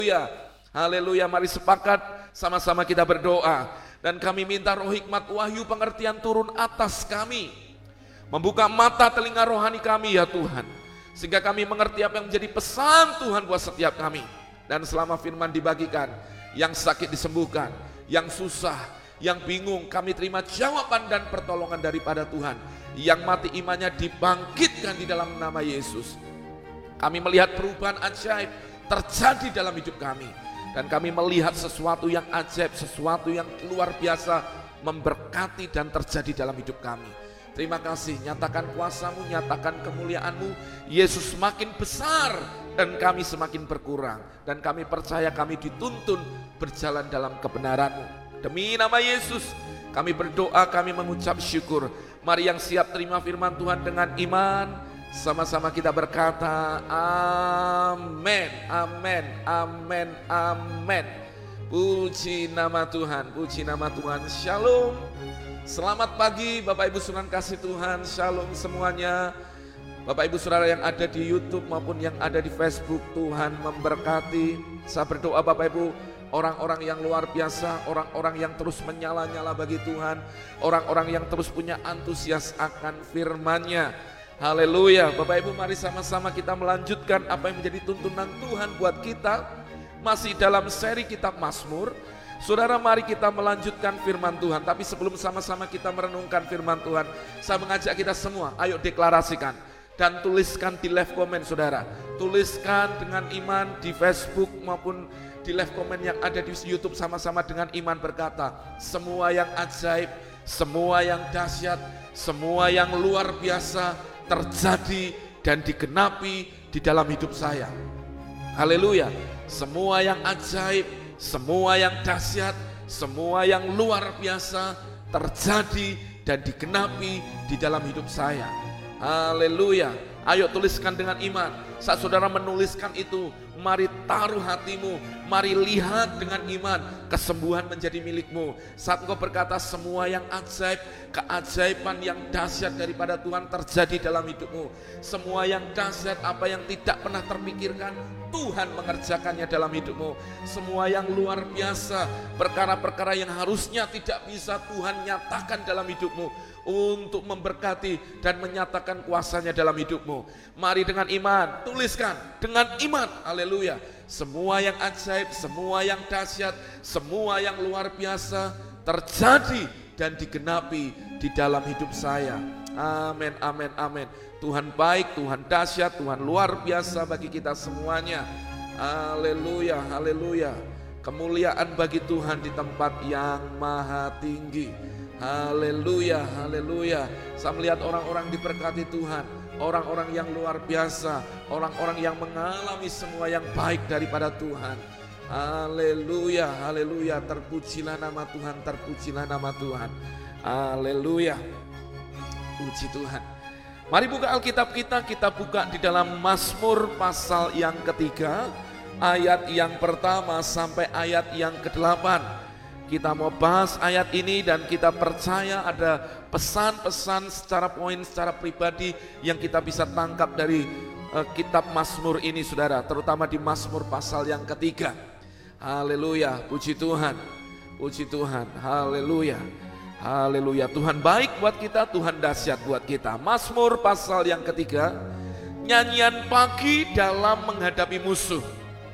Haleluya, mari sepakat sama-sama kita berdoa. Dan kami minta roh hikmat, wahyu, pengertian turun atas kami. Membuka mata telinga rohani kami ya Tuhan. Sehingga kami mengerti apa yang menjadi pesan Tuhan buat setiap kami. Dan selama firman dibagikan, yang sakit disembuhkan, yang susah, yang bingung, kami terima jawaban dan pertolongan daripada Tuhan. Yang mati imannya dibangkitkan di dalam nama Yesus. Kami melihat perubahan ajaib terjadi dalam hidup kami. Dan kami melihat sesuatu yang ajaib, sesuatu yang luar biasa memberkati dan terjadi dalam hidup kami. Terima kasih, nyatakan kuasa-Mu, nyatakan kemuliaan-Mu. Yesus semakin besar dan kami semakin berkurang. Dan kami percaya kami dituntun berjalan dalam kebenaran-Mu. Demi nama Yesus kami berdoa, kami mengucap syukur. Mari yang siap terima firman Tuhan dengan iman, sama-sama kita berkata amin, amin, amin, amin. Puji nama Tuhan, puji nama Tuhan. Shalom. Selamat pagi Bapak Ibu Saudara kasih Tuhan. Shalom semuanya. Bapak Ibu Saudara yang ada di YouTube maupun yang ada di Facebook, Tuhan memberkati. Saya berdoa Bapak Ibu, orang-orang yang luar biasa, orang-orang yang terus menyala-nyala bagi Tuhan, orang-orang yang terus punya antusias akan firman-Nya. Haleluya. Bapak Ibu, mari sama-sama kita melanjutkan apa yang menjadi tuntunan Tuhan buat kita. Masih dalam seri kitab Mazmur. Saudara, mari kita melanjutkan firman Tuhan. Tapi sebelum sama-sama kita merenungkan firman Tuhan, saya mengajak kita semua, ayo deklarasikan dan tuliskan di live comment saudara. Tuliskan dengan iman di Facebook maupun di live comment yang ada di YouTube, sama-sama dengan iman berkata, semua yang ajaib, semua yang dahsyat, semua yang luar biasa terjadi dan digenapi di dalam hidup saya. Haleluya. Semua yang ajaib, semua yang dahsyat, semua yang luar biasa terjadi dan digenapi di dalam hidup saya. Haleluya. Ayo tuliskan dengan iman. Saat saudara menuliskan itu, mari taruh hatimu, mari lihat dengan iman, kesembuhan menjadi milikmu. Saat engkau berkata semua yang ajaib, keajaiban yang dahsyat daripada Tuhan terjadi dalam hidupmu. Semua yang dahsyat, apa yang tidak pernah terpikirkan, Tuhan mengerjakannya dalam hidupmu. Semua yang luar biasa, perkara-perkara yang harusnya tidak bisa Tuhan nyatakan dalam hidupmu, untuk memberkati dan menyatakan kuasanya dalam hidupmu. Mari dengan iman, tuliskan dengan iman. Haleluya. Semua yang ajaib, semua yang dahsyat, semua yang luar biasa terjadi dan digenapi di dalam hidup saya. Amin, amin, amin. Tuhan baik, Tuhan dahsyat, Tuhan luar biasa bagi kita semuanya. Haleluya, haleluya. Kemuliaan bagi Tuhan di tempat yang maha tinggi. Haleluya, haleluya. Saya melihat orang-orang diberkati Tuhan, orang-orang yang luar biasa, orang-orang yang mengalami semua yang baik daripada Tuhan. Haleluya, haleluya. Terpujilah nama Tuhan, terpujilah nama Tuhan. Haleluya. Puji Tuhan. Mari buka Alkitab kita buka di dalam Mazmur pasal yang ketiga, ayat yang pertama sampai ayat yang ke-8. Kita mau bahas ayat ini dan kita percaya ada pesan-pesan secara poin, secara pribadi yang kita bisa tangkap dari kitab Mazmur ini saudara, terutama di Mazmur pasal yang ketiga. Haleluya, puji Tuhan, puji Tuhan, haleluya, haleluya. Tuhan baik buat kita, Tuhan dahsyat buat kita. Mazmur pasal yang ketiga, nyanyian pagi dalam menghadapi musuh.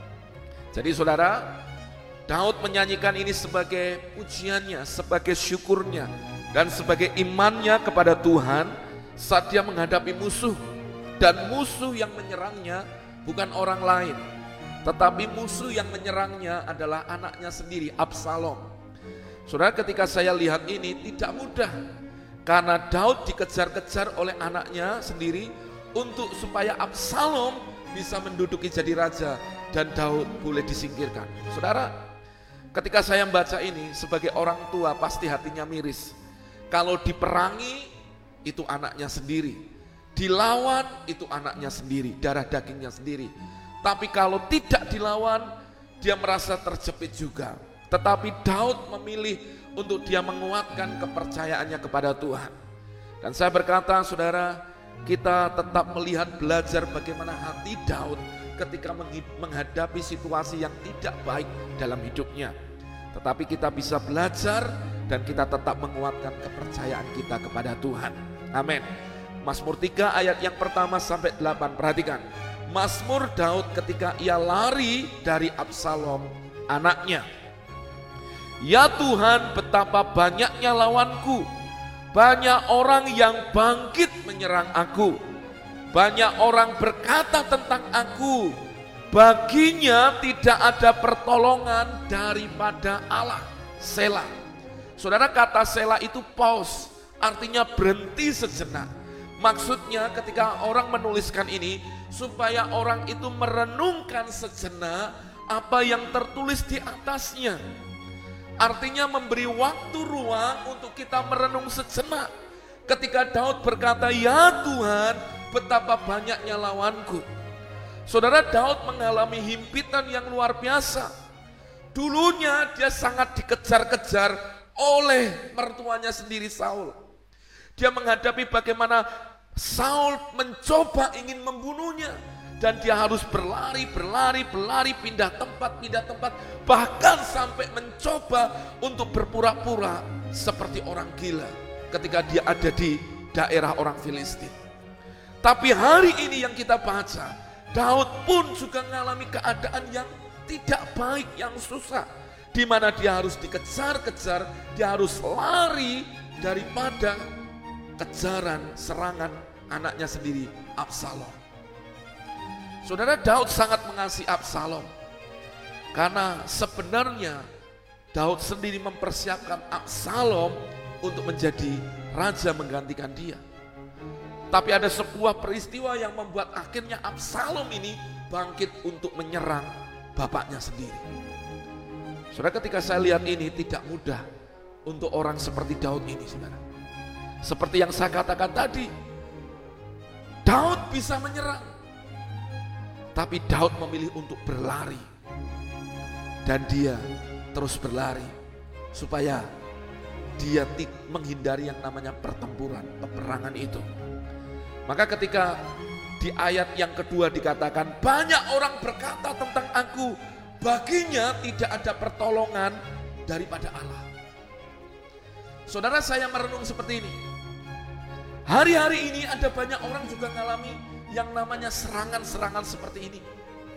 Jadi saudara, Daud menyanyikan ini sebagai pujiannya, sebagai syukurnya, dan sebagai imannya kepada Tuhan saat dia menghadapi musuh. Dan musuh yang menyerangnya bukan orang lain, tetapi musuh yang menyerangnya adalah anaknya sendiri, Absalom. Saudara, ketika saya lihat ini tidak mudah, karena Daud dikejar-kejar oleh anaknya sendiri untuk supaya Absalom bisa menduduki jadi raja dan Daud boleh disingkirkan. Saudara, ketika saya membaca ini sebagai orang tua pasti hatinya miris. Kalau diperangi itu anaknya sendiri, dilawan itu anaknya sendiri, darah dagingnya sendiri. Tapi kalau tidak dilawan, dia merasa terjepit juga. Tetapi Daud memilih untuk dia menguatkan kepercayaannya kepada Tuhan. Dan saya berkata saudara, kita tetap melihat belajar bagaimana hati Daud ketika menghadapi situasi yang tidak baik dalam hidupnya. Tetapi kita bisa belajar dan kita tetap menguatkan kepercayaan kita kepada Tuhan. Amin. Mazmur 3 ayat yang pertama sampai 8, perhatikan. Mazmur Daud ketika ia lari dari Absalom anaknya. Ya Tuhan, betapa banyaknya lawanku, banyak orang yang bangkit menyerang aku. Banyak orang berkata tentang aku, baginya tidak ada pertolongan daripada Allah. Selah. Saudara, kata selah itu pause, artinya berhenti sejenak. Maksudnya ketika orang menuliskan ini, supaya orang itu merenungkan sejenak apa yang tertulis di atasnya. Artinya memberi waktu ruang untuk kita merenung sejenak. Ketika Daud berkata, ya Tuhan, betapa banyaknya lawanku. Saudara, Daud mengalami himpitan yang luar biasa. Dulunya dia sangat dikejar-kejar oleh mertuanya sendiri, Saul. Dia menghadapi bagaimana Saul mencoba ingin membunuhnya. Dan dia harus berlari, pindah tempat, bahkan sampai mencoba untuk berpura-pura seperti orang gila ketika dia ada di daerah orang Filistin. Tapi hari ini yang kita baca, Daud pun juga mengalami keadaan yang tidak baik, yang susah, di mana dia harus dikejar-kejar, dia harus lari daripada kejaran, serangan anaknya sendiri, Absalom. Saudara, Daud sangat mengasihi Absalom karena sebenarnya Daud sendiri mempersiapkan Absalom untuk menjadi raja menggantikan dia. Tapi ada sebuah peristiwa yang membuat akhirnya Absalom ini bangkit untuk menyerang bapaknya sendiri. Saudara, ketika saya lihat ini tidak mudah untuk orang seperti Daud ini, saudara. Seperti yang saya katakan tadi, Daud bisa menyerang. Tapi Daud memilih untuk berlari. Dan dia terus berlari supaya dia menghindari yang namanya pertempuran, peperangan itu. Maka ketika di ayat yang kedua dikatakan, banyak orang berkata tentang aku, baginya tidak ada pertolongan daripada Allah. Saudara, saya merenung seperti ini. Hari-hari ini ada banyak orang juga mengalami yang namanya serangan-serangan seperti ini.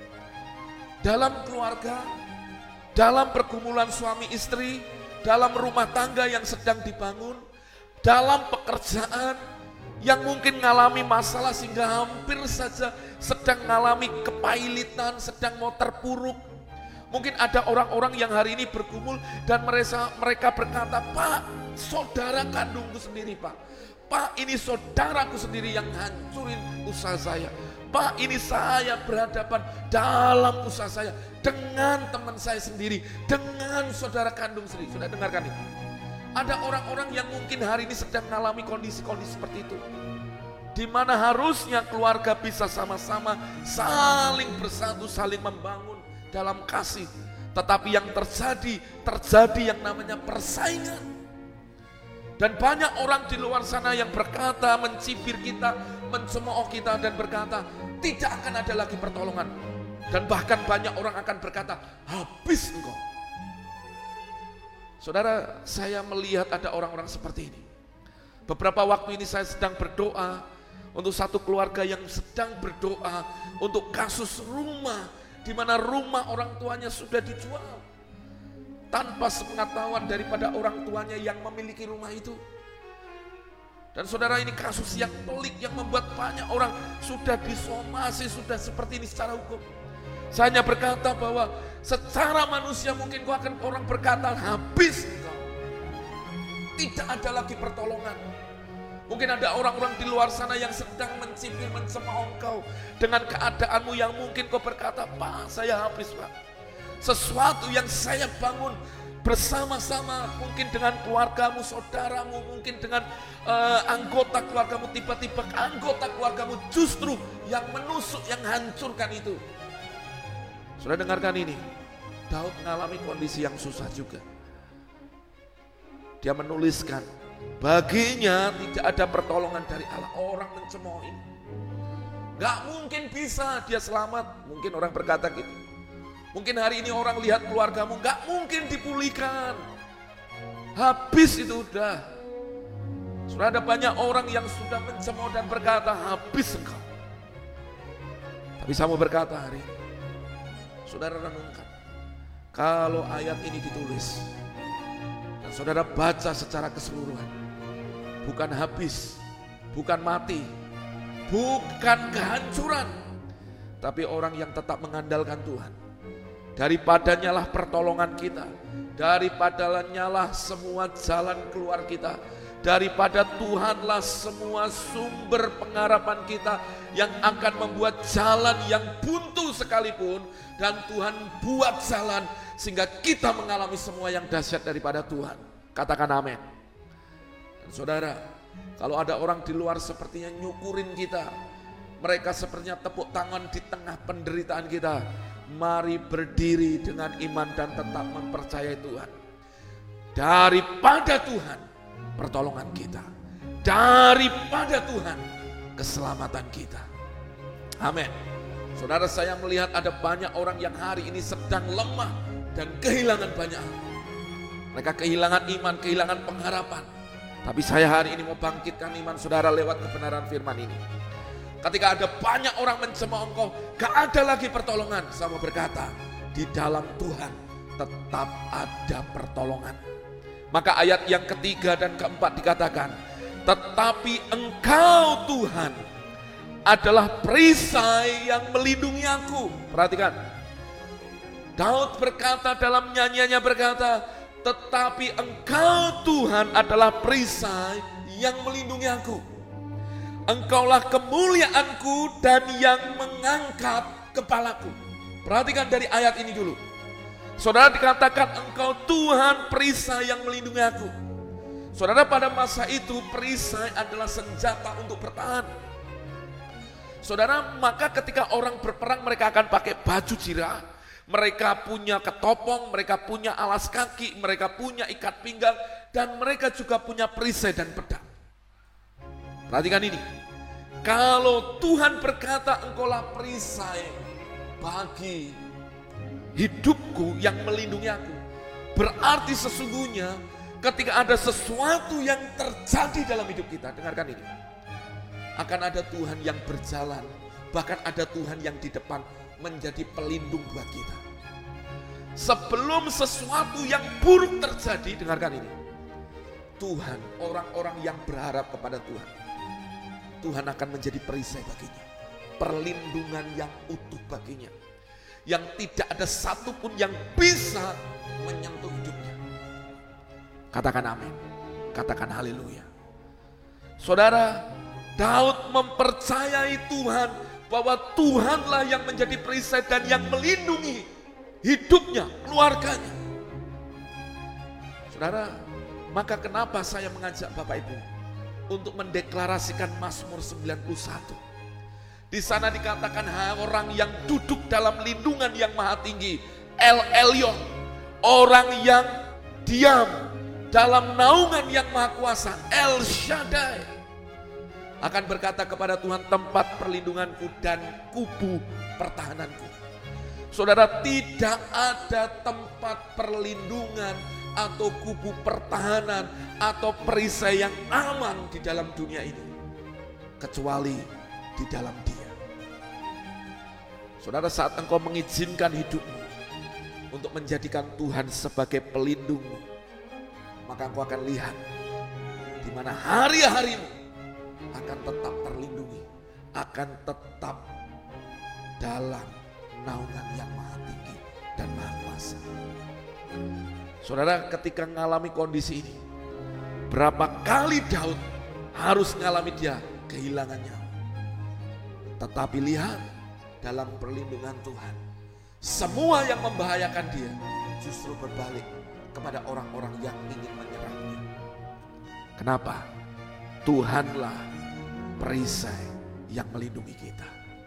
Dalam keluarga, dalam pergumulan suami istri, dalam rumah tangga yang sedang dibangun, dalam pekerjaan yang mungkin mengalami masalah sehingga hampir saja sedang mengalami kepailitan, sedang mau terpuruk. Mungkin ada orang-orang yang hari ini bergumul dan mereka berkata, Pak, saudara kandungku sendiri, Pak, ini saudaraku sendiri yang hancurin usaha saya. Pak, ini saya berhadapan dalam usaha saya dengan teman saya sendiri, dengan saudara kandung sendiri. Sudah dengarkan ini? Ada orang-orang yang mungkin hari ini sedang mengalami kondisi-kondisi seperti itu. Di mana harusnya keluarga bisa sama-sama saling bersatu, saling membangun dalam kasih. Tetapi yang terjadi yang namanya persaingan. Dan banyak orang di luar sana yang berkata, mencibir kita, mencemooh kita dan berkata, tidak akan ada lagi pertolongan. Dan bahkan banyak orang akan berkata, habis engkau. Saudara, saya melihat ada orang-orang seperti ini. Beberapa waktu ini saya sedang berdoa untuk satu keluarga yang sedang berdoa untuk kasus rumah, di mana rumah orang tuanya sudah dijual. Tanpa sepengetahuan daripada orang tuanya yang memiliki rumah itu. Dan saudara, ini kasus yang pelik yang membuat banyak orang sudah disomasi, sudah seperti ini secara hukum. Saya hanya berkata bahwa secara manusia mungkin orang berkata habis engkau. Tidak ada lagi pertolongan. Mungkin ada orang-orang di luar sana yang sedang mencibir, mencemooh engkau dengan keadaanmu yang mungkin kau berkata, Pak, saya habis, Pak. Sesuatu yang saya bangun bersama-sama, mungkin dengan keluargamu, saudaramu, mungkin dengan anggota keluargamu, tiba-tiba anggota keluargamu justru yang menusuk, yang hancurkan itu. Sudah dengarkan ini, Daud mengalami kondisi yang susah juga. Dia menuliskan, baginya tidak ada pertolongan dari Allah. Orang mencemooh ini. Gak mungkin bisa dia selamat. Mungkin orang berkata gitu. Mungkin hari ini orang lihat keluargamu gak mungkin dipulihkan. Habis itu udah. Sudah ada banyak orang yang sudah mencemooh dan berkata, habis engkau. Tapi saya mau berkata hari ini, saudara renungkan. Kalau ayat ini ditulis dan saudara baca secara keseluruhan, bukan habis, bukan mati, bukan kehancuran, tapi orang yang tetap mengandalkan Tuhan. Daripadanya lah pertolongan kita, daripadanya lah semua jalan keluar kita, daripada Tuhanlah semua sumber pengharapan kita yang akan membuat jalan yang buntu sekalipun, dan Tuhan buat jalan sehingga kita mengalami semua yang dahsyat daripada Tuhan. Katakan amin. Dan saudara, kalau ada orang di luar sepertinya nyukurin kita, mereka sepertinya tepuk tangan di tengah penderitaan kita, mari berdiri dengan iman dan tetap mempercayai Tuhan. Daripada Tuhan pertolongan kita, daripada Tuhan keselamatan kita. Amin. Saudara, saya melihat ada banyak orang yang hari ini sedang lemah dan kehilangan banyak hal. Mereka kehilangan iman, kehilangan pengharapan. Tapi saya hari ini mau bangkitkan iman saudara lewat kebenaran firman ini. Ketika ada banyak orang mencemooh engkau, gak ada lagi pertolongan. Saya mau berkata, di dalam Tuhan tetap ada pertolongan. Maka ayat yang ketiga dan keempat dikatakan, tetapi engkau Tuhan adalah perisai yang melindungi aku. Perhatikan, Daud berkata dalam nyanyiannya berkata, tetapi engkau Tuhan adalah perisai yang melindungi aku. Engkaulah kemuliaanku dan yang mengangkat kepalaku. Perhatikan dari ayat ini dulu. Saudara, dikatakan engkau Tuhan perisai yang melindungi aku. Saudara, pada masa itu perisai adalah senjata untuk bertahan. Saudara, maka ketika orang berperang mereka akan pakai baju jirah, mereka punya ketopong, mereka punya alas kaki, mereka punya ikat pinggang, dan mereka juga punya perisai dan pedang. Perhatikan ini, kalau Tuhan berkata engkaulah perisai bagi hidupku yang melindungi aku, berarti sesungguhnya ketika ada sesuatu yang terjadi dalam hidup kita, dengarkan ini, akan ada Tuhan yang berjalan, bahkan ada Tuhan yang di depan menjadi pelindung buat kita. Sebelum sesuatu yang buruk terjadi, dengarkan ini, Tuhan, orang-orang yang berharap kepada Tuhan, Tuhan akan menjadi perisai baginya, perlindungan yang utuh baginya, yang tidak ada satupun yang bisa menyentuh hidupnya. Katakan amin, katakan haleluya. Saudara, Daud mempercayai Tuhan, bahwa Tuhanlah yang menjadi perisai dan yang melindungi hidupnya, keluarganya. Saudara, maka kenapa saya mengajak Bapak Ibu untuk mendeklarasikan Mazmur 91. Di sana dikatakan orang yang duduk dalam lindungan yang maha tinggi, El Elyon, orang yang diam dalam naungan yang maha kuasa, El Shaddai, akan berkata kepada Tuhan, tempat perlindunganku dan kubu pertahananku. Saudara, tidak ada tempat perlindungan atau kubu pertahanan atau perisai yang aman di dalam dunia ini kecuali di dalam Dia. Saudara, saat engkau mengizinkan hidupmu untuk menjadikan Tuhan sebagai pelindungmu, maka engkau akan lihat di mana hari-harimu akan tetap terlindungi, akan tetap dalam naungan yang maha tinggi dan maha kuasa. Saudara, ketika mengalami kondisi ini, berapa kali Daud harus mengalami dia kehilangan nyawa. Tetapi lihat, dalam perlindungan Tuhan, semua yang membahayakan dia justru berbalik kepada orang-orang yang ingin menyerangnya. Kenapa? Tuhanlah perisai yang melindungi kita.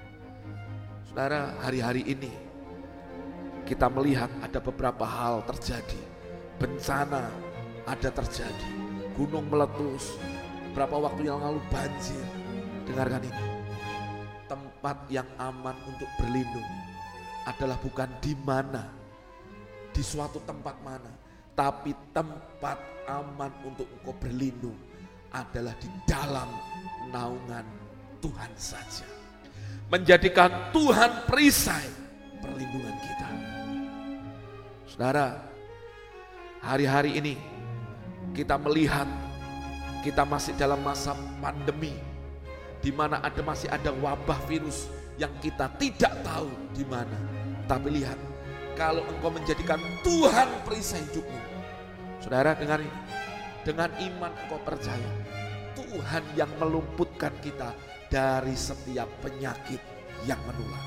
Saudara, hari-hari ini kita melihat ada beberapa hal terjadi. Bencana ada terjadi, gunung meletus, beberapa waktu yang lalu banjir. Dengarkan ini, tempat yang aman untuk berlindung adalah bukan di mana, di suatu tempat mana, tapi tempat aman untuk engkau berlindung adalah di dalam naungan Tuhan saja. Menjadikan Tuhan perisai perlindungan kita. Saudara, hari-hari ini kita melihat kita masih dalam masa pandemi, di mana masih ada wabah virus yang kita tidak tahu di mana. Tapi lihat, kalau engkau menjadikan Tuhan perisai hidupmu, saudara dengar ini, dengan iman engkau percaya Tuhan yang meluputkan kita dari setiap penyakit yang menular.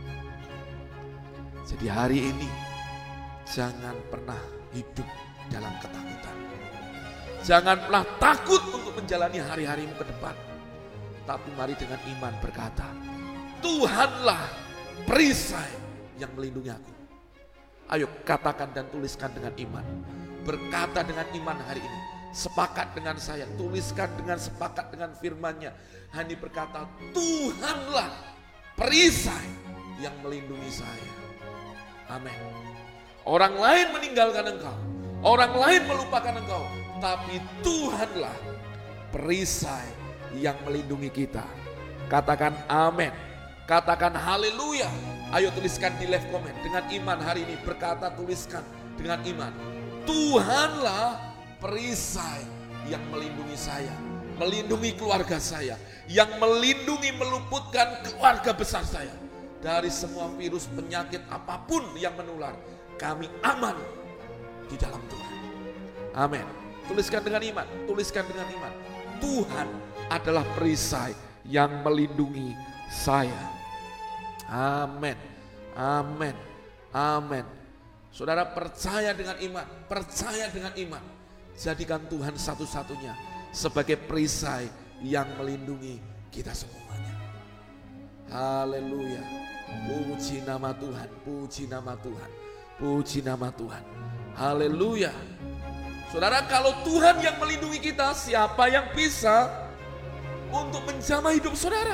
Jadi hari ini jangan pernah hidup dalam ketakutan. Jangan pernah takut untuk menjalani hari-harimu ke depan. Tapi mari dengan iman berkata, Tuhanlah perisai yang melindungi aku. Ayo katakan dan tuliskan dengan iman. Berkata dengan iman hari ini. Sepakat dengan saya, tuliskan dengan sepakat dengan firman-Nya. Hani berkata, Tuhanlah perisai yang melindungi saya. Amin. Orang lain meninggalkan engkau, orang lain melupakan engkau, tapi Tuhanlah perisai yang melindungi kita. Katakan amin, katakan haleluya. Ayo tuliskan di live comment dengan iman hari ini. Berkata, tuliskan dengan iman, Tuhanlah perisai yang melindungi saya, melindungi keluarga saya, yang melindungi meluputkan keluarga besar saya dari semua virus penyakit apapun yang menular. Kami aman di dalam Tuhan. Amin. Tuliskan dengan iman, tuliskan dengan iman. Tuhan adalah perisai yang melindungi saya. Amin. Amin. Amin. Saudara percaya dengan iman, percaya dengan iman. Jadikan Tuhan satu-satunya sebagai perisai yang melindungi kita semuanya. Haleluya. Puji nama Tuhan, puji nama Tuhan, puji nama Tuhan. Haleluya. Saudara, kalau Tuhan yang melindungi kita, siapa yang bisa untuk menjamah hidup saudara?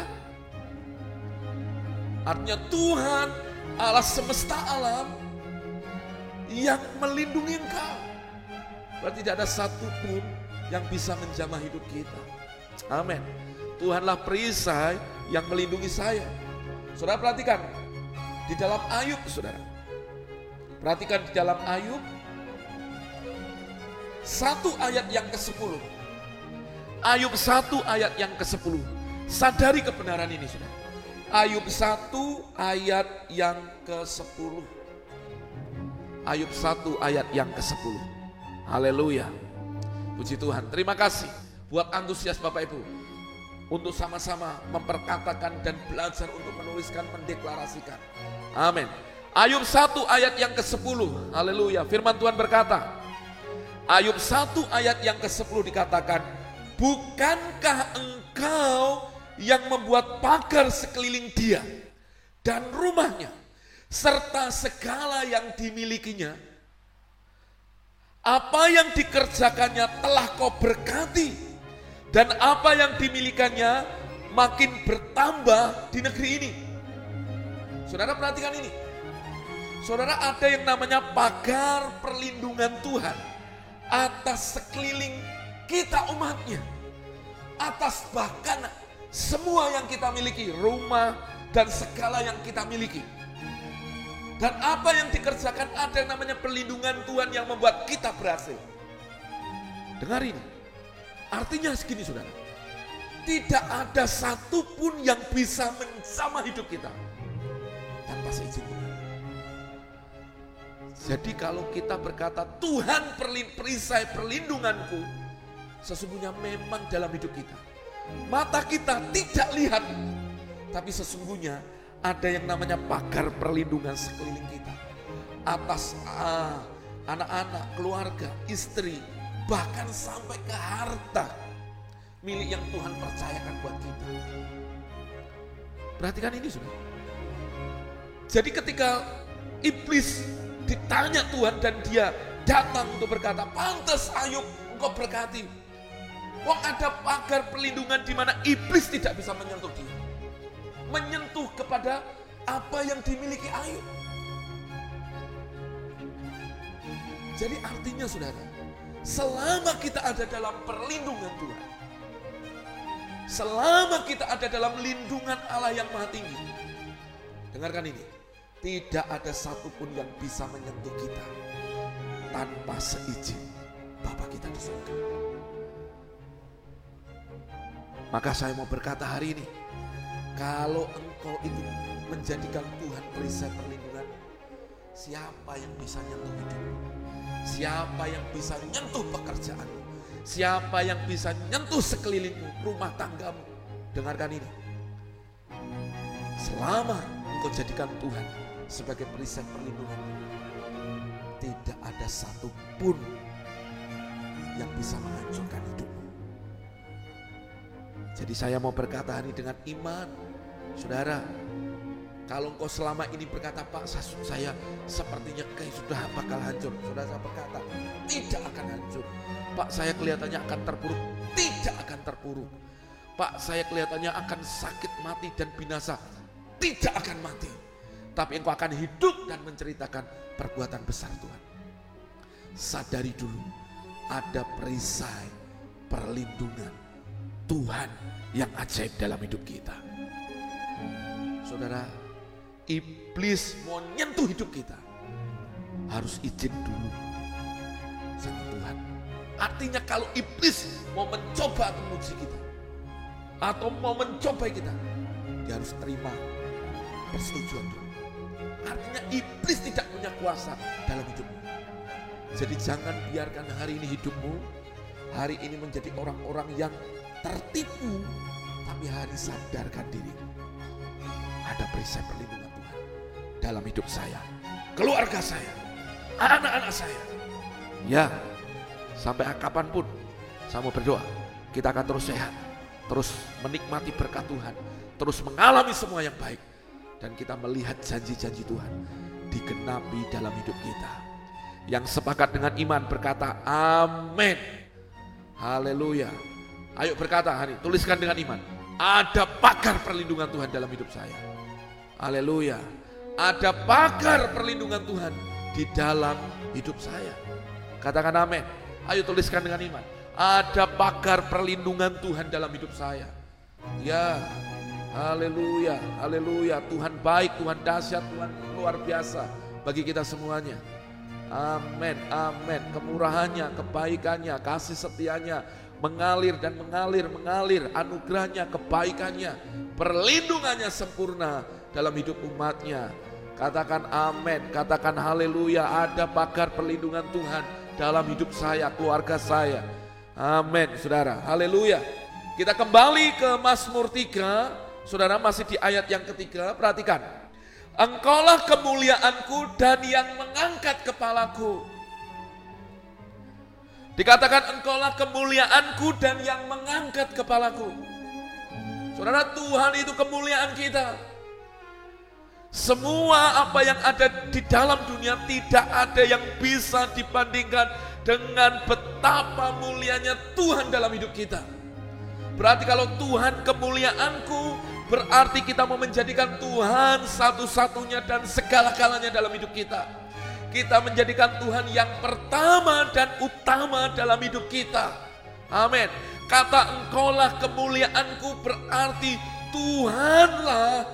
Artinya Tuhan Allah semesta alam yang melindungi engkau. Berarti tidak ada satupun yang bisa menjamah hidup kita. Amin. Tuhanlah perisai yang melindungi saya. Saudara perhatikan di dalam Ayub, saudara. Perhatikan di dalam Ayub 1 ayat yang ke-10. Ayub 1 ayat yang ke-10. Sadari kebenaran ini, saudara. Ayub 1 ayat yang ke-10. Ayub 1 ayat yang ke-10. Haleluya. Puji Tuhan. Terima kasih buat antusias Bapak Ibu untuk sama-sama memperkatakan dan belajar untuk menuliskan, mendeklarasikan. Amin. Ayub 1 ayat yang ke-10. Haleluya. Firman Tuhan berkata, Ayub 1 ayat yang ke-10 dikatakan, bukankah engkau yang membuat pagar sekeliling dia dan rumahnya, serta segala yang dimilikinya? Apa yang dikerjakannya telah kau berkati, dan apa yang dimilikannya makin bertambah di negeri ini. Saudara perhatikan ini. Saudara, ada yang namanya pagar perlindungan Tuhan atas sekeliling kita umatnya. Atas bahkan semua yang kita miliki, rumah dan segala yang kita miliki. Dan apa yang dikerjakan, ada yang namanya perlindungan Tuhan yang membuat kita berhasil. Dengar ini. Artinya segini saudara. Tidak ada satupun yang bisa menjamah hidup kita tanpa seizin Tuhan. Jadi kalau kita berkata Tuhan perisai perlindunganku, sesungguhnya memang dalam hidup kita mata kita tidak lihat, tapi sesungguhnya ada yang namanya pagar perlindungan sekeliling kita atas anak-anak, keluarga, istri, bahkan sampai ke harta milik yang Tuhan percayakan buat kita. Perhatikan ini saudara. Jadi ketika iblis ditanya Tuhan dan dia datang untuk berkata, pantas Ayub engkau berkati. Wong ada pagar perlindungan di mana iblis tidak bisa menyentuh dia. menyentuh kepada apa yang dimiliki Ayub. Jadi artinya saudara, selama kita ada dalam perlindungan Tuhan, selama kita ada dalam lindungan Allah yang Maha Tinggi, dengarkan ini, tidak ada satupun yang bisa menyentuh kita tanpa seizin Bapa kita di surga. Maka saya mau berkata hari ini, kalau engkau itu menjadikan Tuhan perisai perlindungan, siapa yang bisa nyentuh hidupmu? Siapa yang bisa nyentuh pekerjaanmu? Siapa yang bisa nyentuh sekelilingmu, rumah tanggamu? Dengarkan ini, selama engkau jadikan Tuhan sebagai perisai perlindungan, tidak ada satupun yang bisa menghancurkan hidupmu. Jadi saya mau berkata hari dengan iman, saudara, kalau engkau selama ini berkata, Pak, saya sepertinya kayak sudah bakal hancur. Saudara, saya berkata, tidak akan hancur. Pak, saya kelihatannya akan terpuruk. Tidak akan terpuruk. Pak, saya kelihatannya akan sakit, mati dan binasa. Tidak akan mati. Tapi engkau akan hidup dan menceritakan perbuatan besar Tuhan. Sadari dulu, ada perisai perlindungan Tuhan yang ajaib dalam hidup kita. Saudara, iblis mau nyentuh hidup kita, harus izin dulu sama Tuhan. Artinya kalau iblis mau mencoba menguji kita atau mau mencoba kita, dia harus terima persetujuan dulu. Artinya iblis tidak punya kuasa dalam hidupmu. Jadi jangan biarkan hari ini hidupmu, hari ini menjadi orang-orang yang tertipu, tapi hari sadarkan diri. Ada perisai perlindungan Tuhan dalam hidup saya, keluarga saya, anak-anak saya. Ya, sampai kapanpun saya mau berdoa, kita akan terus sehat, terus menikmati berkat Tuhan, terus mengalami semua yang baik, dan kita melihat janji-janji Tuhan digenapi dalam hidup kita. Yang sepakat dengan iman berkata amin. Haleluya. Ayo berkata hari, tuliskan dengan iman, ada pagar perlindungan Tuhan dalam hidup saya. Haleluya. Ada pagar perlindungan Tuhan di dalam hidup saya. Katakan amin. Ayo tuliskan dengan iman, ada pagar perlindungan Tuhan dalam hidup saya. Ya, haleluya, haleluya. Tuhan baik, Tuhan dahsyat, Tuhan luar biasa bagi kita semuanya. Amin, amin. Kemurahannya, kebaikannya, kasih setianya mengalir dan mengalir, anugerahnya, kebaikannya, perlindungannya sempurna dalam hidup umatnya. Katakan amin, katakan haleluya, ada pagar perlindungan Tuhan dalam hidup saya, keluarga saya. Amin, saudara, haleluya. Kita kembali ke Mazmur 3, saudara, masih di ayat yang ketiga, perhatikan. Engkaulah kemuliaanku dan yang mengangkat kepalaku. Dikatakan engkaulah kemuliaanku dan yang mengangkat kepalaku. Saudara, Tuhan itu kemuliaan kita. Semua apa yang ada di dalam dunia tidak ada yang bisa dibandingkan dengan betapa mulianya Tuhan dalam hidup kita. Berarti kalau Tuhan kemuliaanku, berarti kita mau menjadikan Tuhan satu-satunya dan segala-galanya dalam hidup kita. Kita menjadikan Tuhan yang pertama dan utama dalam hidup kita. Amin. Kata engkaulah kemuliaanku berarti Tuhanlah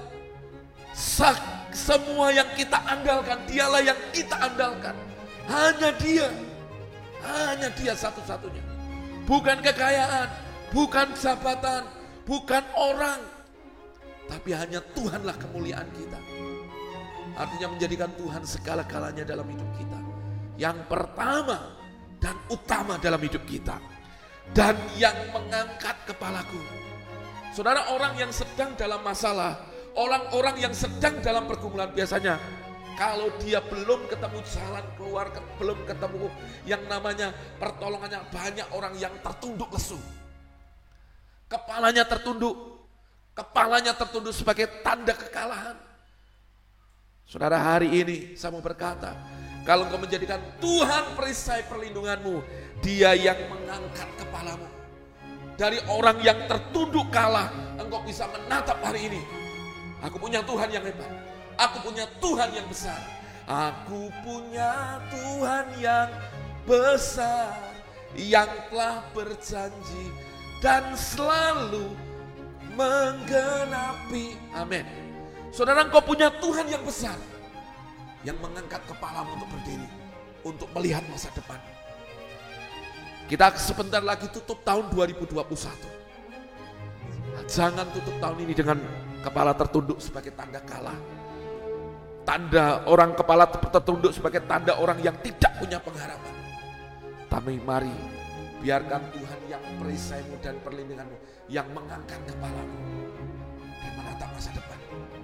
semua yang kita andalkan. Dialah yang kita andalkan. Hanya Dia satu-satunya. Bukan kekayaan, bukan jabatan, bukan orang, tapi hanya Tuhanlah kemuliaan kita. Artinya menjadikan Tuhan segala-galanya dalam hidup kita. Yang pertama dan utama dalam hidup kita. Dan yang mengangkat kepalaku. Saudara, orang yang sedang dalam masalah, orang-orang yang sedang dalam pergumulan biasanya, kalau dia belum ketemu jalan keluar, belum ketemu yang namanya pertolongannya, banyak orang yang tertunduk lesu. Kepalanya tertunduk sebagai tanda kekalahan. Saudara, hari ini saya mau berkata, kalau engkau menjadikan Tuhan perisai perlindunganmu, Dia yang mengangkat kepalamu. Dari orang yang tertunduk kalah, engkau bisa menatap hari ini Aku punya Tuhan yang hebat. Aku punya Tuhan yang besar. Aku punya Tuhan yang besar, yang telah berjanji dan selalu menggenapi. Amin. Saudara, engkau punya Tuhan yang besar, yang mengangkat kepalamu untuk berdiri, untuk melihat masa depan. Kita sebentar lagi tutup tahun 2021. Jangan tutup tahun ini dengan kepala tertunduk sebagai tanda kalah. Tanda orang kepala tertunduk sebagai tanda orang yang tidak punya pengharapan. Tapi mari biarkan Tuhan yang perisaimu dan perlindunganmu, yang mengangkat kepalamu dan menatap masa depan.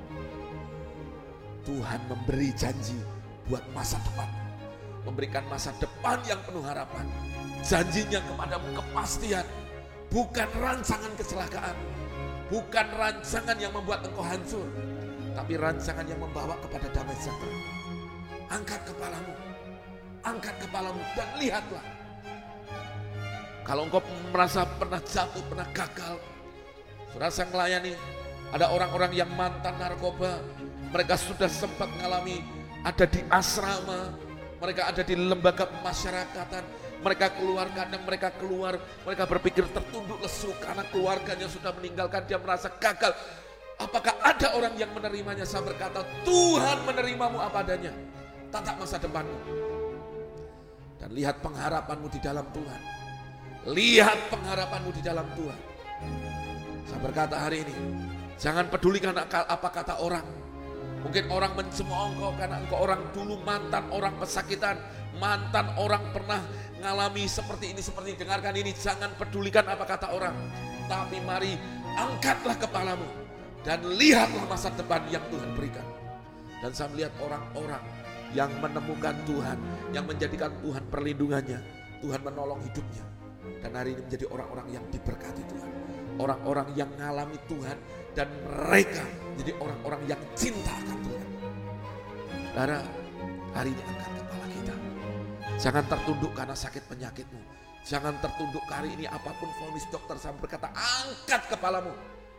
Tuhan memberi janji buat masa depan, memberikan masa depan yang penuh harapan. Janjinya kepadamu kepastian, bukan rancangan kecelakaan, bukan rancangan yang membuat engkau hancur, tapi rancangan yang membawa kepada damai sejahtera. Angkat kepalamu dan lihatlah. Kalau engkau merasa pernah jatuh, pernah gagal, saudara, saya melayani, ada orang-orang yang mantan narkoba, mereka sudah sempat mengalami, ada di asrama, mereka ada di lembaga pemasyarakatan, mereka keluar, kadang mereka keluar, mereka berpikir tertunduk lesu karena keluarganya sudah meninggalkan, dia merasa gagal. Apakah ada orang yang menerimanya? Saya berkata, Tuhan menerimamu apa adanya. Tatap masa depanmu dan lihat pengharapanmu di dalam Tuhan. Lihat pengharapanmu di dalam Tuhan. Saya berkata hari ini, jangan pedulikan apa kata orang. Mungkin orang mencemooh engkau karena engkau orang dulu mantan orang pesakitan, mantan orang pernah ngalami seperti ini, seperti ini. Dengarkan ini, jangan pedulikan apa kata orang. Tapi mari angkatlah kepalamu dan lihatlah masa depan yang Tuhan berikan. Dan saya melihat orang-orang yang menemukan Tuhan, yang menjadikan Tuhan perlindungannya, Tuhan menolong hidupnya. Dan hari ini menjadi orang-orang yang diberkati Tuhan, orang-orang yang mengalami Tuhan, dan mereka jadi orang-orang yang cinta akan Tuhan. Saudara, hari ini angkat kepala kita. Jangan tertunduk karena sakit penyakitmu. Jangan tertunduk hari ini apapun vonis dokter, saya berkata angkat kepalamu.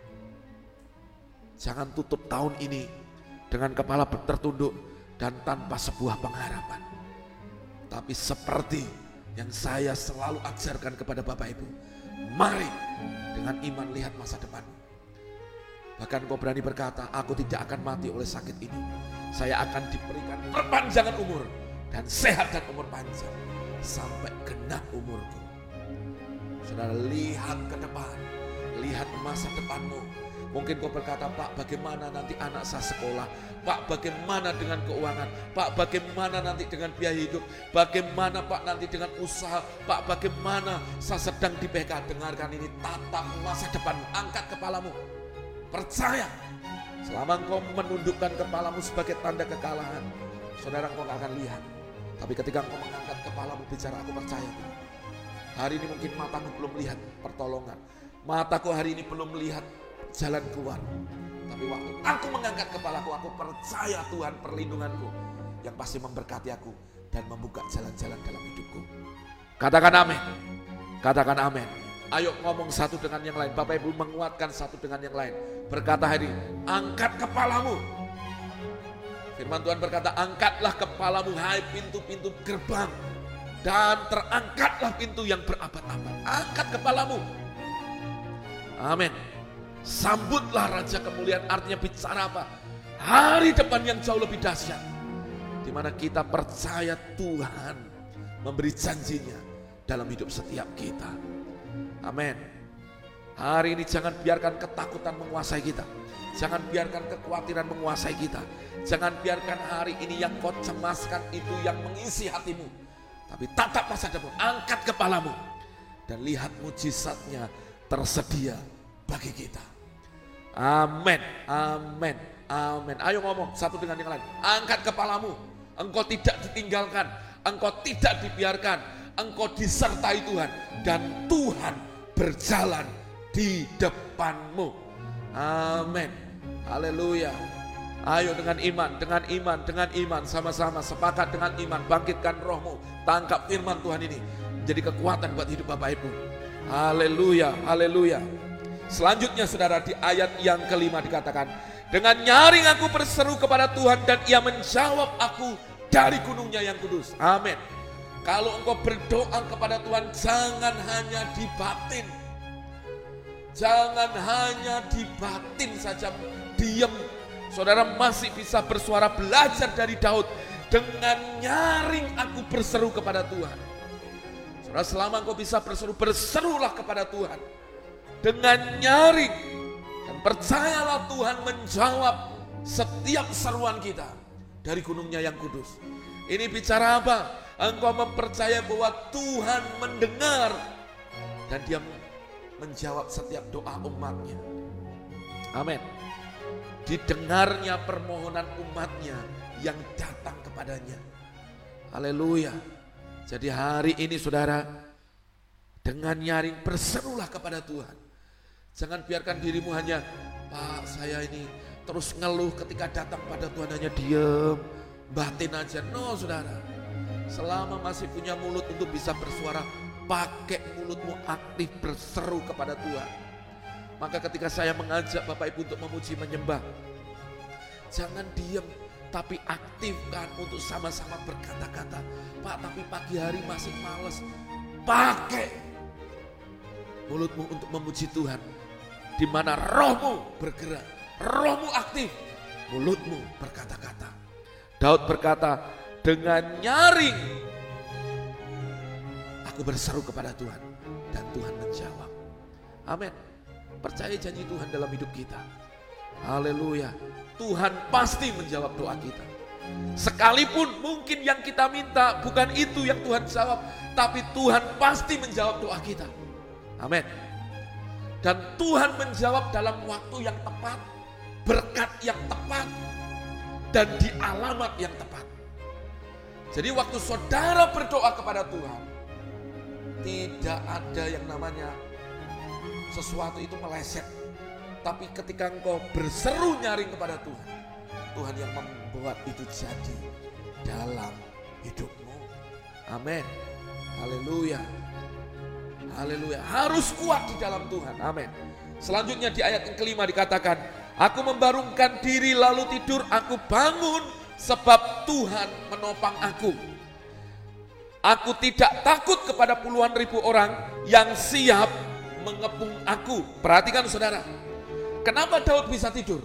Jangan tutup tahun ini dengan kepala tertunduk dan tanpa sebuah pengharapan. Tapi seperti yang saya selalu ajarkan kepada Bapak Ibu, mari dengan iman lihat masa depan. Bahkan kau berani berkata, aku tidak akan mati oleh sakit ini. Saya akan diberikan perpanjangan umur dan sehat dan umur panjang sampai genap umurku. Saudara, lihat ke depan, lihat masa depanmu. Mungkin kau berkata, Pak, bagaimana nanti anak saya sekolah? Pak, bagaimana dengan keuangan? Pak, bagaimana nanti dengan biaya hidup? Bagaimana Pak nanti dengan usaha? Pak, bagaimana saya sedang di PK? Dengarkan ini, tatap masa depan, angkat kepalamu. Percaya, selama engkau menundukkan kepalamu sebagai tanda kekalahan, saudara, engkau gak akan lihat. Tapi ketika engkau mengangkat kepalamu bicara, aku percaya. Hari ini mungkin mataku belum melihat pertolongan. Mataku hari ini belum melihat jalan keluar. Tapi waktu aku mengangkat kepalaku, aku percaya Tuhan perlindunganku yang pasti memberkati aku dan membuka jalan-jalan dalam hidupku. Katakan amin. Katakan amin. Ayo ngomong satu dengan yang lain. Bapak Ibu menguatkan satu dengan yang lain. Berkata hari ini, angkat kepalamu. Firman Tuhan berkata, angkatlah kepalamu hai pintu-pintu gerbang, dan terangkatlah pintu yang berabad-abad. Angkat kepalamu. Amin. Sambutlah Raja Kemuliaan, artinya bicara apa? Hari depan yang jauh lebih dahsyat, di mana kita percaya Tuhan memberi janjinya dalam hidup setiap kita. Amin. Hari ini jangan biarkan ketakutan menguasai kita. Jangan biarkan kekhawatiran menguasai kita. Jangan biarkan hari ini yang kau cemaskan itu yang mengisi hatimu. Tapi tatap masa depan, angkat kepalamu dan lihat mujizatnya tersedia bagi kita. Amin, amin, amin. Ayo ngomong satu dengan yang lain. Angkat kepalamu. Engkau tidak ditinggalkan, engkau tidak dibiarkan, engkau disertai Tuhan, dan Tuhan berjalan di depanmu. Amin. Haleluya. Ayo dengan iman, sama-sama sepakat dengan iman, bangkitkan rohmu, tangkap firman Tuhan ini menjadi kekuatan buat hidup Bapak Ibu. Haleluya, haleluya. Selanjutnya saudara, di ayat yang kelima dikatakan, Dengan nyaring aku berseru kepada Tuhan dan ia menjawab aku dari gunungnya yang kudus. Amin. Kalau engkau berdoa kepada Tuhan, jangan hanya di batin. Jangan hanya di batin saja diam. Saudara masih bisa bersuara, belajar dari Daud. Dengan nyaring aku berseru kepada Tuhan. Saudara, selama engkau bisa berseru, berserulah kepada Tuhan. Dengan nyaring. Dan percayalah Tuhan menjawab setiap seruan kita dari gunungnya yang kudus. Ini bicara apa? Engkau mempercayai bahwa Tuhan mendengar. Dan dia menjawab setiap doa umatnya. Amin. Didengarnya permohonan umatnya yang datang kepadanya. Haleluya. Jadi hari ini saudara, dengan nyaring berserulah kepada Tuhan. Jangan biarkan dirimu hanya, Pak saya ini terus ngeluh ketika datang pada Tuhan, hanya diam, batin aja. No saudara, selama masih punya mulut untuk bisa bersuara, pakai mulutmu aktif berseru kepada Tuhan. Maka ketika saya mengajak Bapak Ibu untuk memuji menyembah, jangan diam, tapi aktifkan untuk sama-sama berkata-kata. Pak, tapi pagi hari masih malas. Pakai mulutmu untuk memuji Tuhan. Di mana rohmu bergerak, rohmu aktif, mulutmu berkata-kata. Daud berkata, dengan nyaring aku berseru kepada Tuhan dan Tuhan menjawab. Amin. Percaya janji Tuhan dalam hidup kita. Haleluya. Tuhan pasti menjawab doa kita. Sekalipun mungkin yang kita minta bukan itu yang Tuhan jawab, tapi Tuhan pasti menjawab doa kita. Amin. Dan Tuhan menjawab dalam waktu yang tepat, berkat yang tepat, dan di alamat yang tepat. Jadi waktu saudara berdoa kepada Tuhan, tidak ada yang namanya sesuatu itu meleset. Tapi ketika engkau berseru nyaring kepada Tuhan, Tuhan yang membuat itu jadi dalam hidupmu. Amin. Haleluya. Haleluya. Harus kuat di dalam Tuhan. Amin. Selanjutnya di ayat yang kelima dikatakan, aku membarungkan diri lalu tidur, aku bangun sebab Tuhan menopang aku. Aku tidak takut kepada puluhan ribu orang yang siap mengepung aku. Perhatikan saudara, kenapa Daud bisa tidur?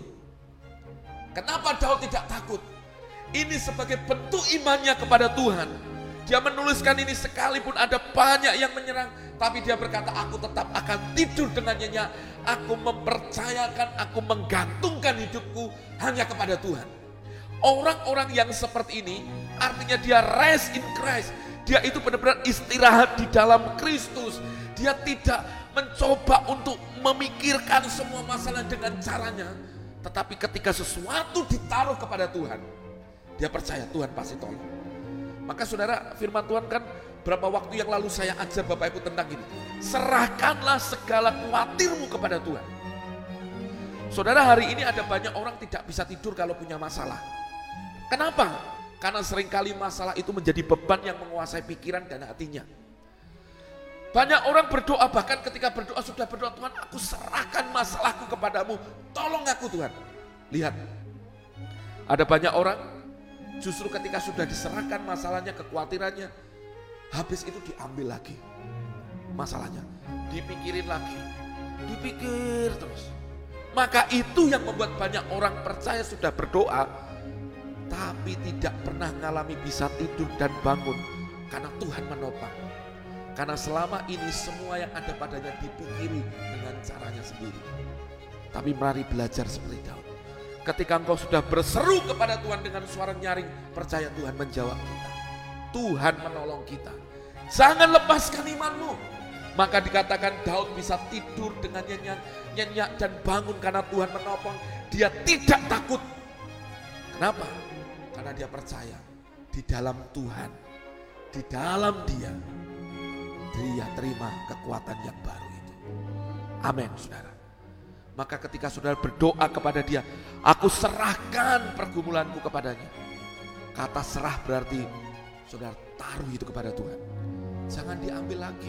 Kenapa Daud tidak takut? Ini sebagai bentuk imannya kepada Tuhan. Dia menuliskan ini sekalipun ada banyak yang menyerang, tapi dia berkata, aku tetap akan tidur dengan nyenyak. Aku mempercayakan, aku menggantungkan hidupku hanya kepada Tuhan. Orang-orang yang seperti ini artinya dia rest in Christ. Dia itu benar-benar istirahat di dalam Kristus. Dia tidak mencoba untuk memikirkan semua masalah dengan caranya. Tetapi ketika sesuatu ditaruh kepada Tuhan, dia percaya Tuhan pasti tolong. Maka saudara, firman Tuhan kan berapa waktu yang lalu saya ajar Bapak Ibu tentang ini. Serahkanlah segala khawatirmu kepada Tuhan. Saudara, hari ini ada banyak orang tidak bisa tidur kalau punya masalah. Kenapa? Karena seringkali masalah itu menjadi beban yang menguasai pikiran dan hatinya. Banyak orang berdoa, bahkan ketika berdoa sudah berdoa, Tuhan aku serahkan masalahku kepadamu, tolong aku Tuhan. Lihat, ada banyak orang justru ketika sudah diserahkan masalahnya, kekhawatirannya, habis itu diambil lagi masalahnya, dipikirin lagi, dipikir terus. Maka itu yang membuat banyak orang percaya sudah berdoa, tapi tidak pernah mengalami bisa tidur dan bangun, karena Tuhan menopang. Karena selama ini semua yang ada padanya dipikiri dengan caranya sendiri. Tapi mari belajar seperti Daud. Ketika engkau sudah berseru kepada Tuhan dengan suara nyaring, percaya Tuhan menjawab kita. Tuhan menolong kita. Jangan lepaskan imanmu. Maka dikatakan Daud bisa tidur dengan nyenyak dan bangun karena Tuhan menopang. Dia tidak takut. Kenapa? Karena dia percaya di dalam Tuhan, di dalam Dia terima kekuatan yang baru itu. Amin saudara. Maka ketika saudara berdoa kepada Dia, aku serahkan pergumulanku kepadanya. Kata serah berarti saudara taruh itu kepada Tuhan. Jangan diambil lagi.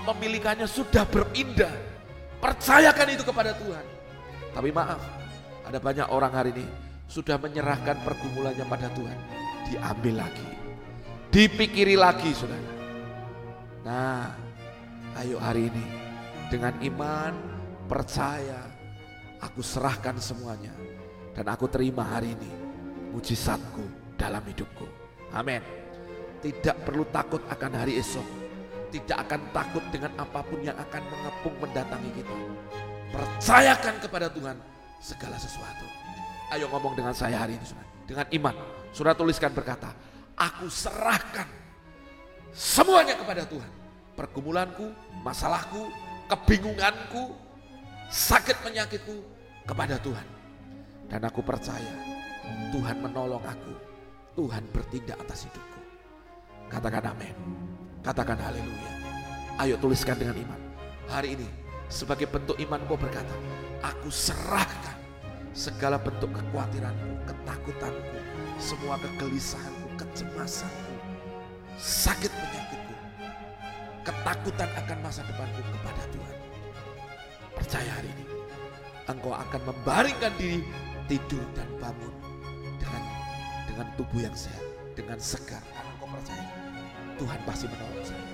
Kepemilikannya sudah berpindah. Percayakan itu kepada Tuhan. Tapi maaf, Ada banyak orang hari ini sudah menyerahkan pergumulannya pada Tuhan, diambil lagi, dipikiri lagi, saudara. Nah, ayo hari ini dengan iman, percaya, aku serahkan semuanya dan aku terima hari ini mujizatku dalam hidupku. Amin. Tidak perlu takut akan hari esok, tidak akan takut dengan apapun yang akan mengepung mendatangi kita. Percayakan kepada Tuhan segala sesuatu. Ayo ngomong dengan saya hari ini, saudara. Dengan iman, saudara tuliskan berkata, aku serahkan semuanya kepada Tuhan. Pergumulanku, masalahku, kebingunganku, sakit penyakitku kepada Tuhan. Dan aku percaya Tuhan menolong aku. Tuhan bertindak atas hidupku. Katakan amin. Katakan haleluya. Ayo tuliskan dengan iman. Hari ini sebagai bentuk iman kau berkata, aku serahkan segala bentuk kekhawatiranku, ketakutanku, semua kegelisahanku, kecemasanku, sakit penyakitku, ketakutan akan masa depanku kepada Tuhan. Percaya hari ini engkau akan membaringkan diri, tidur dan bangun dengan tubuh yang sehat, dengan segar. Karena engkau percaya Tuhan pasti menolong saya.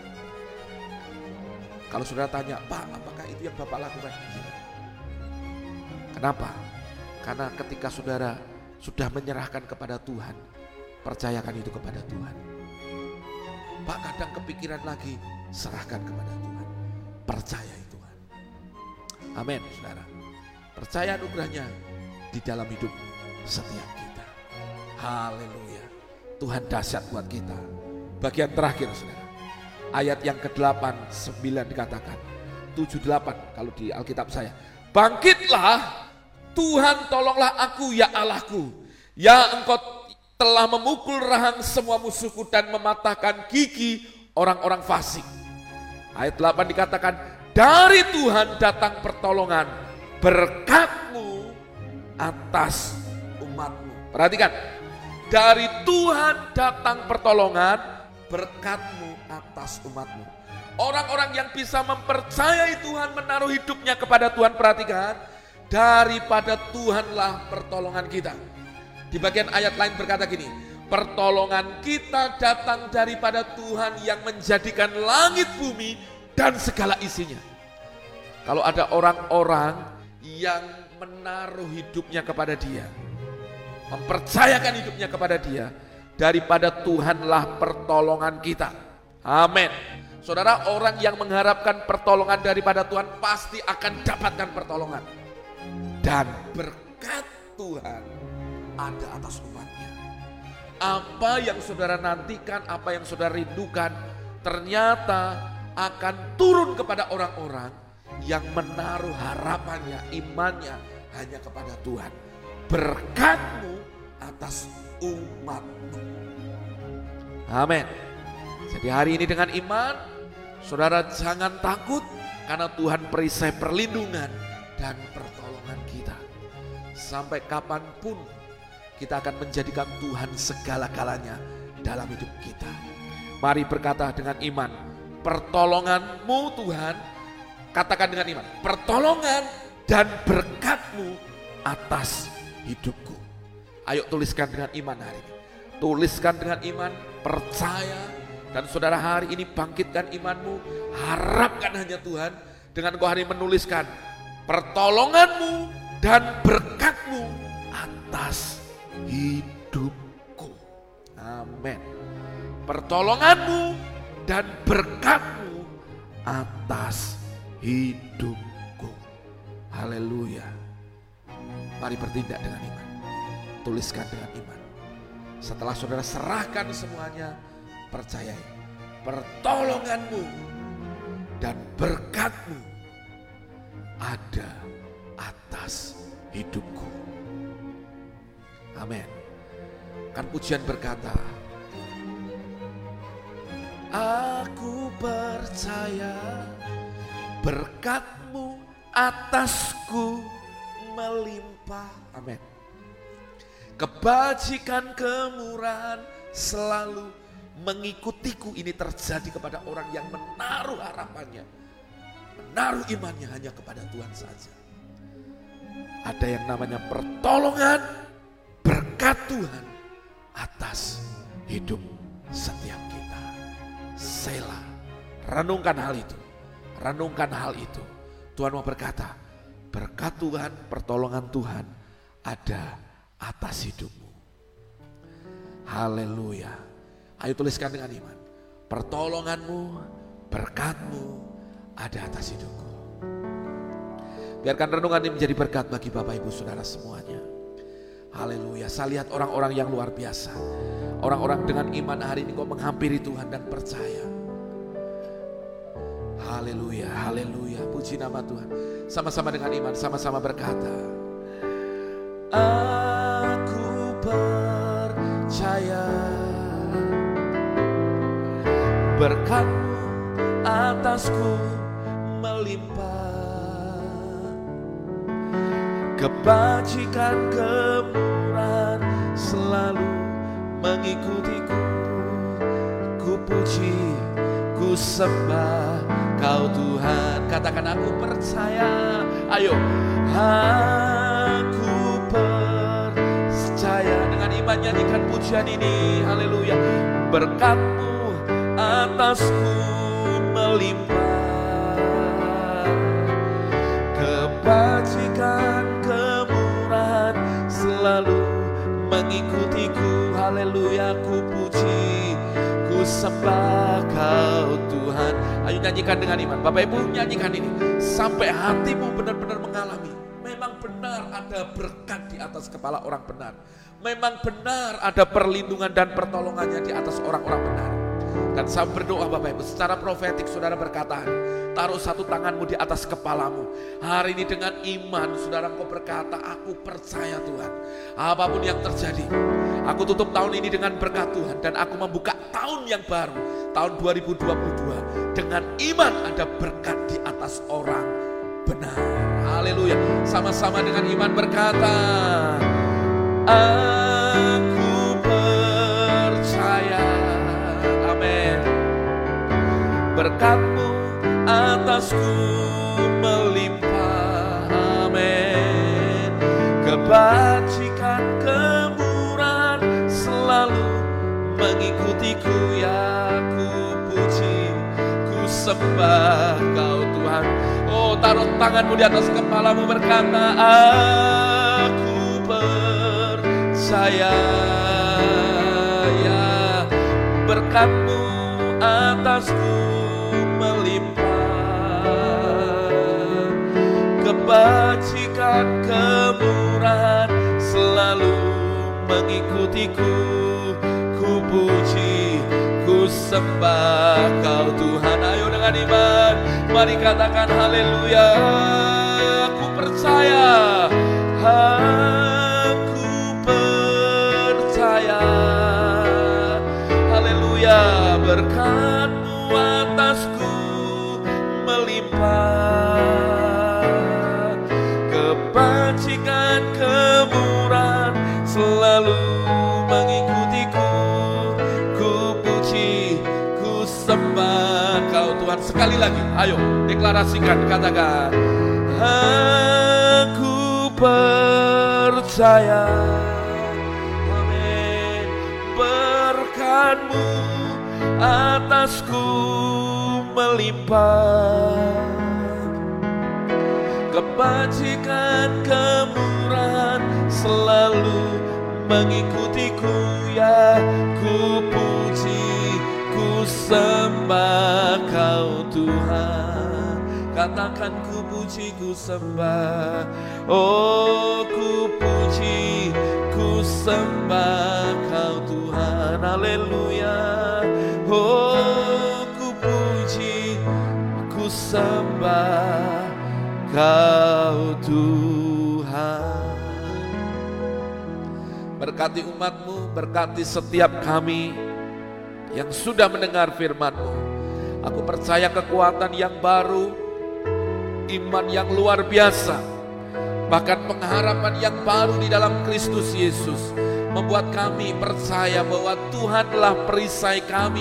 Kalau saudara tanya, Pak, apakah itu yang Bapak lakukan? Iya. Kenapa? Karena ketika saudara sudah menyerahkan kepada Tuhan, percayakan itu kepada Tuhan. Pak, kadang kepikiran lagi, serahkan kepada Tuhan. Percayai Tuhan. Amin, saudara. Percaya anugerahnya di dalam hidup setiap kita. Haleluya. Tuhan dahsyat buat kita. Bagian terakhir, saudara. Ayat yang ke-8, 9 dikatakan. 7-8 kalau di Alkitab saya. Bangkitlah, Tuhan tolonglah aku ya Allahku. Ya engkau telah memukul rahang semua musuhku dan mematahkan gigi orang-orang fasik. Ayat 8 dikatakan, dari Tuhan datang pertolongan, berkat-Mu atas umat-Mu. Perhatikan, dari Tuhan datang pertolongan, berkat-Mu atas umat-Mu. Orang-orang yang bisa mempercayai Tuhan, menaruh hidupnya kepada Tuhan, perhatikan, daripada Tuhanlah pertolongan kita. Di bagian ayat lain berkata gini, pertolongan kita datang daripada Tuhan yang menjadikan langit bumi dan segala isinya. Kalau ada orang-orang yang menaruh hidupnya kepada Dia, mempercayakan hidupnya kepada Dia, daripada Tuhanlah pertolongan kita. Amin. Saudara, orang yang mengharapkan pertolongan daripada Tuhan pasti akan dapatkan pertolongan. Dan berkat Tuhan ada atas umatnya. Apa yang saudara nantikan, apa yang saudara rindukan, ternyata akan turun kepada orang-orang yang menaruh harapannya, imannya hanya kepada Tuhan. Berkat-Mu atas umat-Mu. Amin. Jadi hari ini dengan iman, saudara jangan takut, karena Tuhan perisai perlindungan dan pertolongan kita. Sampai kapanpun kita akan menjadikan Tuhan segala-galanya dalam hidup kita. Mari berkata dengan iman, pertolongan-Mu Tuhan, katakan dengan iman, pertolongan dan berkat-Mu atas hidupku. Ayo tuliskan dengan iman hari ini. Tuliskan dengan iman, percaya, dan saudara hari ini bangkitkan imanmu, harapkan hanya Tuhan. Dengan kau hari menuliskan pertolongan-Mu dan berkat-Mu atas hidupku. Amin. Pertolongan-Mu dan berkat-Mu atas hidupku. Haleluya. Mari bertindak dengan iman. Tuliskan dengan iman. Setelah saudara serahkan semuanya, percayai pertolongan-Mu dan berkat-Mu ada atas hidupku. Amin. Kan pujian berkata, aku percaya berkat-Mu atasku melimpah. Amin. Kebajikan kemurahan selalu mengikutiku. Ini terjadi kepada orang yang menaruh harapannya, menaruh imannya hanya kepada Tuhan saja. ada yang namanya pertolongan, berkat Tuhan atas hidup setiap kita. Selah, renungkan hal itu, renungkan hal itu. Tuhan mau berkata, berkat Tuhan, pertolongan Tuhan ada atas hidupmu. Haleluya. Ayo tuliskan dengan iman, pertolonganmu, berkatmu ada atas hidupku. Biarkan renungan ini menjadi berkat bagi Bapak Ibu Saudara semuanya. Haleluya. Saya lihat orang-orang yang luar biasa, orang-orang dengan iman hari ini kok menghampiri Tuhan dan percaya. Haleluya, haleluya, puji nama Tuhan. Sama-sama dengan iman, sama-sama berkata, aku percaya berkat-Mu atasku melimpah, kebajikan kemurahan selalu mengikutiku. Ku puji, ku sembah Kau Tuhan. Katakan aku percaya. Ayo, aku percaya. Dengan iman nyanyikan pujian ini. Haleluya. Berkat-Mu atasku melimpah, kebajikan kemurahan selalu mengikutiku. Haleluya. Ku puji, ku sembah Kau Tuhan. Ayo nyanyikan dengan iman. Bapak Ibu nyanyikan ini sampai hatimu benar-benar mengalami, memang benar ada berkat di atas kepala orang benar. Memang benar ada perlindungan dan pertolongannya di atas orang-orang benar. Dan saya berdoa Bapak Ibu, secara profetik saudara berkata, taruh satu tanganmu di atas kepalamu. Hari ini dengan iman saudara kau berkata, aku percaya Tuhan. Apapun yang terjadi, aku tutup tahun ini dengan berkat Tuhan. Dan aku membuka tahun yang baru, tahun 2022. Dengan iman ada berkat di atas orang benar. Haleluya. Sama-sama dengan iman berkata, aku percaya. Amin. Berkat-Mu atasku melimpah. Amin. Kebajikan kemurahan selalu mengikutiku. Ya, ku puji, ku sembah Kau Tuhan. Oh, taruh tanganmu di atas kepalamu berkata, aku percaya. Ya, berkat-Mu atasku melimpah, kebajikan kemurahan selalu mengikutiku. Ku puji, ku sembah Kau Tuhan. Ayo dengan iman, mari katakan haleluya. Aku percaya, aku percaya. Haleluya. Berkat-Mu atasku melimpah, kebajikan kemurahan selalu mengikutiku. Ku puji, ku sembah Kau Tuhan. Sekali lagi, ayo deklarasikan, katakan, aku percaya. Amin. Berkat-Mu atasku melimpah, kebajikan kemurahan selalu mengikutiku. Ya, ku puji, ku sembah Kau Tuhan. Katakan ku puji, ku sembah. Oh, ku puji, ku sembah Kau Tuhan. Haleluya. Oh, ku puji, ku sembah Kau Tuhan. Berkati umat-Mu, berkati setiap kami yang sudah mendengar firman-Mu. Aku percaya kekuatan yang baru, iman yang luar biasa, bahkan pengharapan yang baru di dalam Kristus Yesus membuat kami percaya bahwa Tuhanlah perisai kami,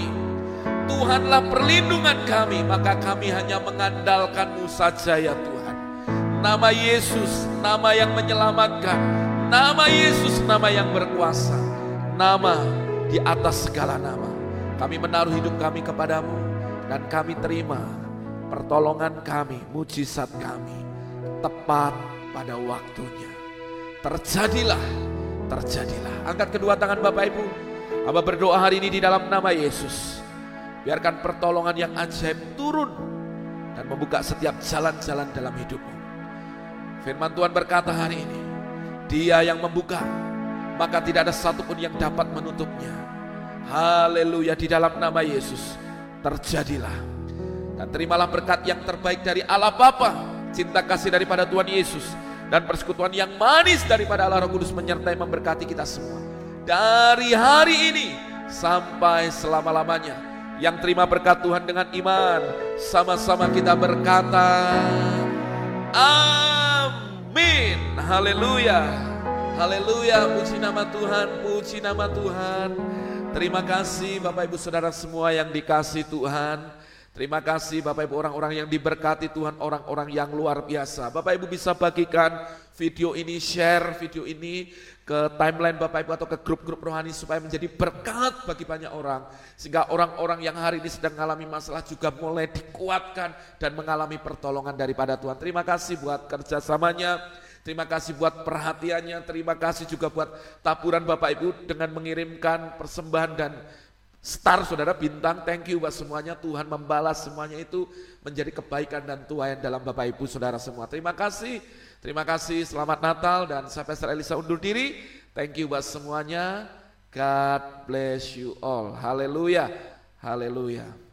Tuhanlah perlindungan kami. Maka kami hanya mengandalkan-Mu saja ya Tuhan. Nama Yesus, nama yang menyelamatkan. Nama Yesus, nama yang berkuasa. Nama di atas segala nama. Kami menaruh hidup kami kepadamu dan kami terima pertolongan kami, mujizat kami tepat pada waktunya. Terjadilah, terjadilah. Angkat kedua tangan Bapak Ibu. Hamba berdoa hari ini di dalam nama Yesus. Biarkan pertolongan yang ajaib turun dan membuka setiap jalan-jalan dalam hidupmu. Firman Tuhan berkata hari ini, Dia yang membuka, maka tidak ada satupun yang dapat menutupnya. Haleluya, di dalam nama Yesus terjadilah. Dan terimalah berkat yang terbaik dari Allah Bapa, cinta kasih daripada Tuhan Yesus, dan persekutuan yang manis daripada Allah Roh Kudus menyertai memberkati kita semua. Dari hari ini sampai selama-lamanya. Yang terima berkat Tuhan dengan iman, sama-sama kita berkata, amin. Haleluya, haleluya, puji nama Tuhan, puji nama Tuhan. Terima kasih Bapak Ibu Saudara semua yang dikasih Tuhan. Terima kasih Bapak Ibu orang-orang yang diberkati Tuhan, orang-orang yang luar biasa. Bapak Ibu bisa bagikan video ini, share video ini ke timeline Bapak Ibu atau ke grup-grup rohani supaya menjadi berkat bagi banyak orang. Sehingga orang-orang yang hari ini sedang mengalami masalah juga mulai dikuatkan dan mengalami pertolongan daripada Tuhan. Terima kasih buat kerjasamanya, terima kasih buat perhatiannya, terima kasih juga buat taburan Bapak Ibu dengan mengirimkan persembahan dan star saudara bintang. Thank you buat semuanya. Tuhan membalas semuanya itu menjadi kebaikan dan tuaian dalam Bapak Ibu Saudara semua. Terima kasih. Terima kasih. Selamat Natal dan saya Pastor Elisa undur diri. Thank you buat semuanya. God bless you all. Haleluya. Haleluya.